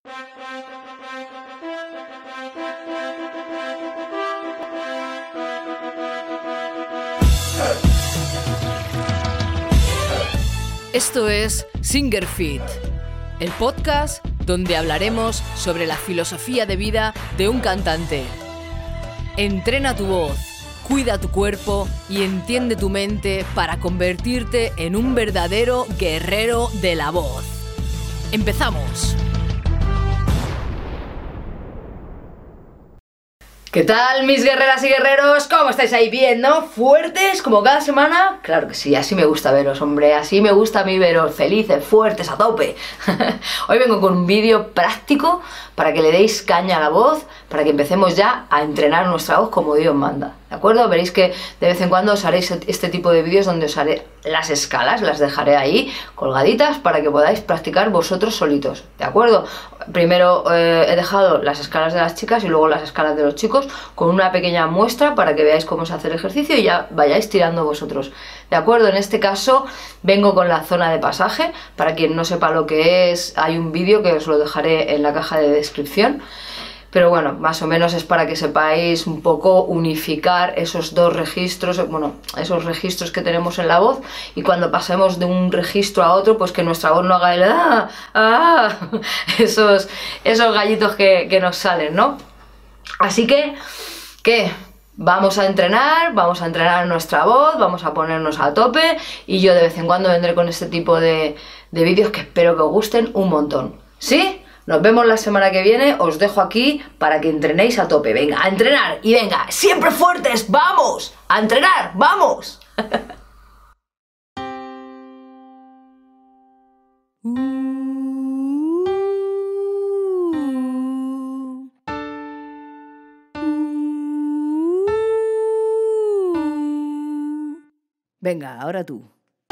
Esto es Singer Fit, el podcast donde hablaremos sobre la filosofía de vida de un cantante. Entrena tu voz, cuida tu cuerpo y entiende tu mente para convertirte en un verdadero guerrero de la voz. ¡Empezamos! ¿Qué tal, mis guerreras y guerreros? ¿Cómo estáis ahí bien, no? ¿Fuertes como cada semana? Claro que sí, así me gusta veros, hombre. Así me gusta a mí veros felices, fuertes, a tope. Hoy vengo con un vídeo práctico para que le deis caña a la voz, para que empecemos ya a entrenar nuestra voz como Dios manda. ¿De acuerdo? Veréis que de vez en cuando os haréis este tipo de vídeos donde os haré las escalas, las dejaré ahí colgaditas para que podáis practicar vosotros solitos. ¿De acuerdo? Primero he dejado las escalas de las chicas y luego las escalas de los chicos con una pequeña muestra para que veáis cómo se hace el ejercicio y ya vayáis tirando vosotros. ¿De acuerdo? En este caso vengo con la zona de pasaje. Para quien no sepa lo que es, hay un vídeo que os lo dejaré en la caja de descripción. Pero bueno, más o menos es para que sepáis un poco unificar esos dos registros, bueno, esos registros que tenemos en la voz, y cuando pasemos de un registro a otro, pues que nuestra voz no haga el esos gallitos que nos salen, ¿no? Así que, ¿qué? Vamos a entrenar nuestra voz, vamos a ponernos a tope, y yo de vez en cuando vendré con este tipo de vídeos que espero que os gusten un montón. ¿Sí? Nos vemos la semana que viene, os dejo aquí para que entrenéis a tope. Venga, a entrenar y venga, siempre fuertes, ¡vamos! ¡A entrenar, vamos! Venga, ahora tú.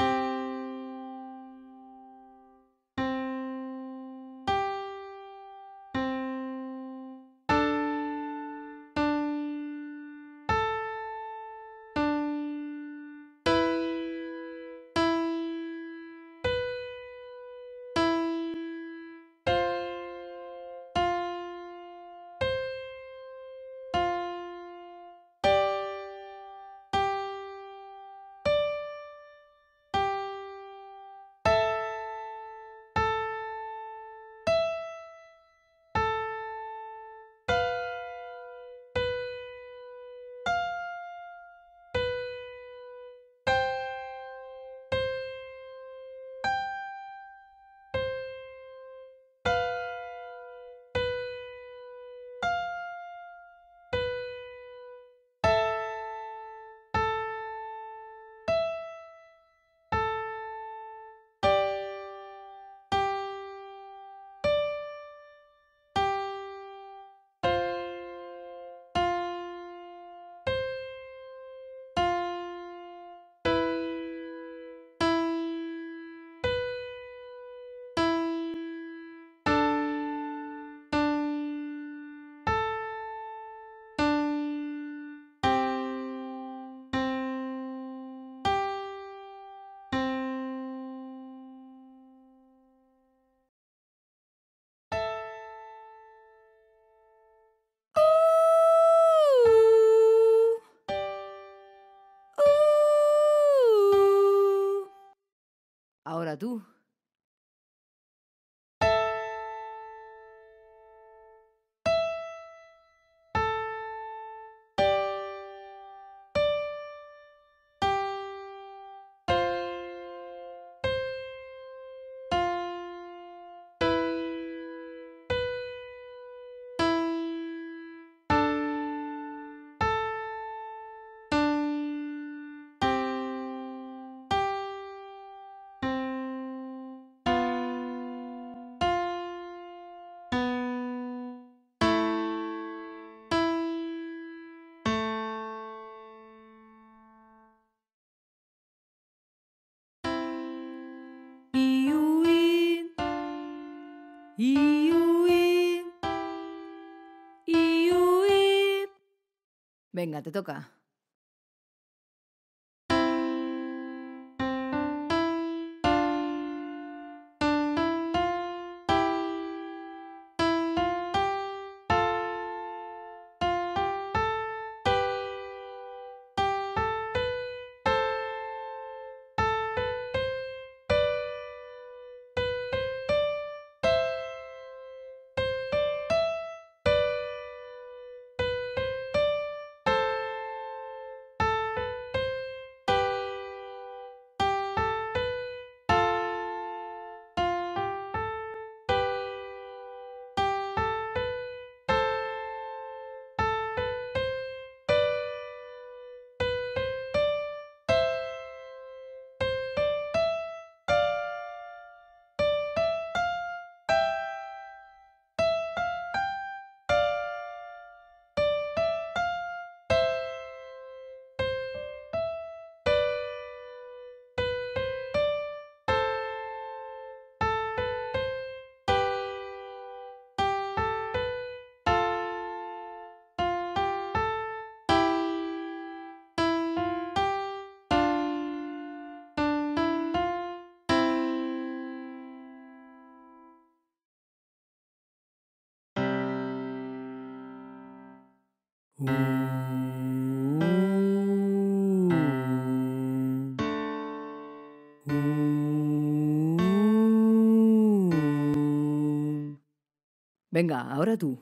Ahora tú. Venga, te toca. Venga, ahora tú.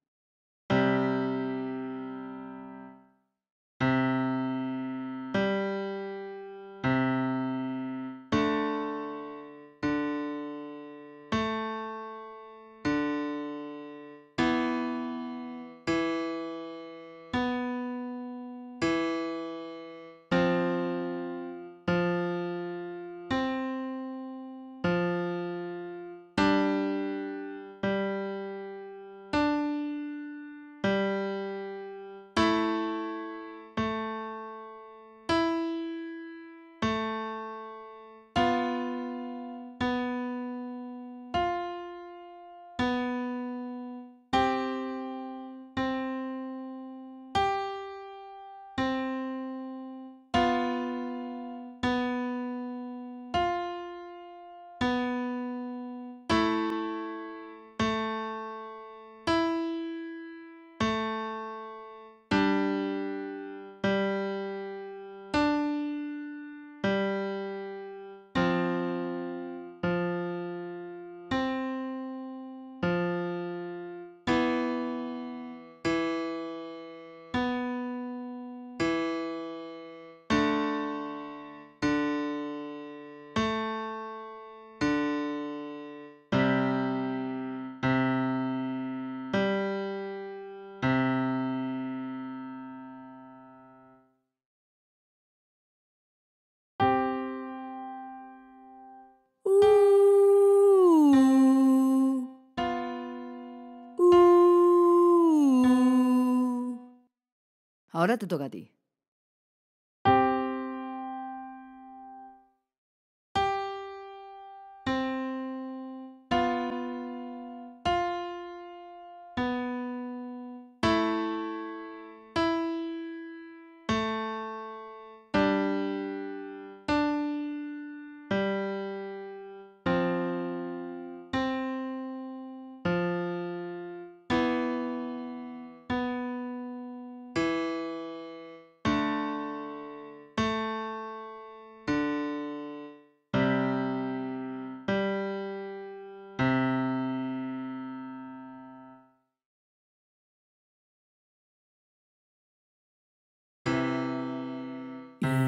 Ahora te toca a ti.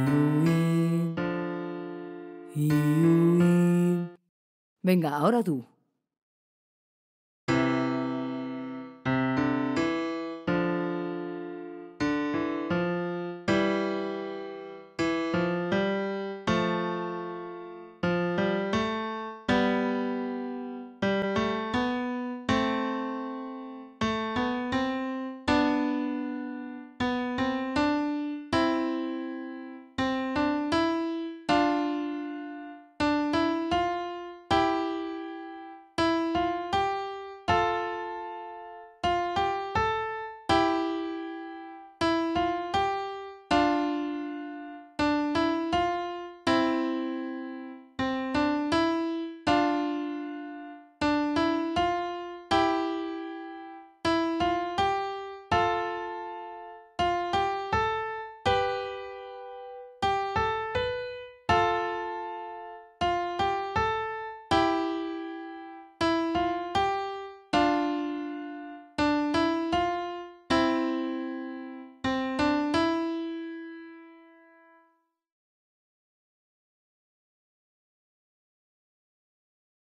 Venga, ahora tú.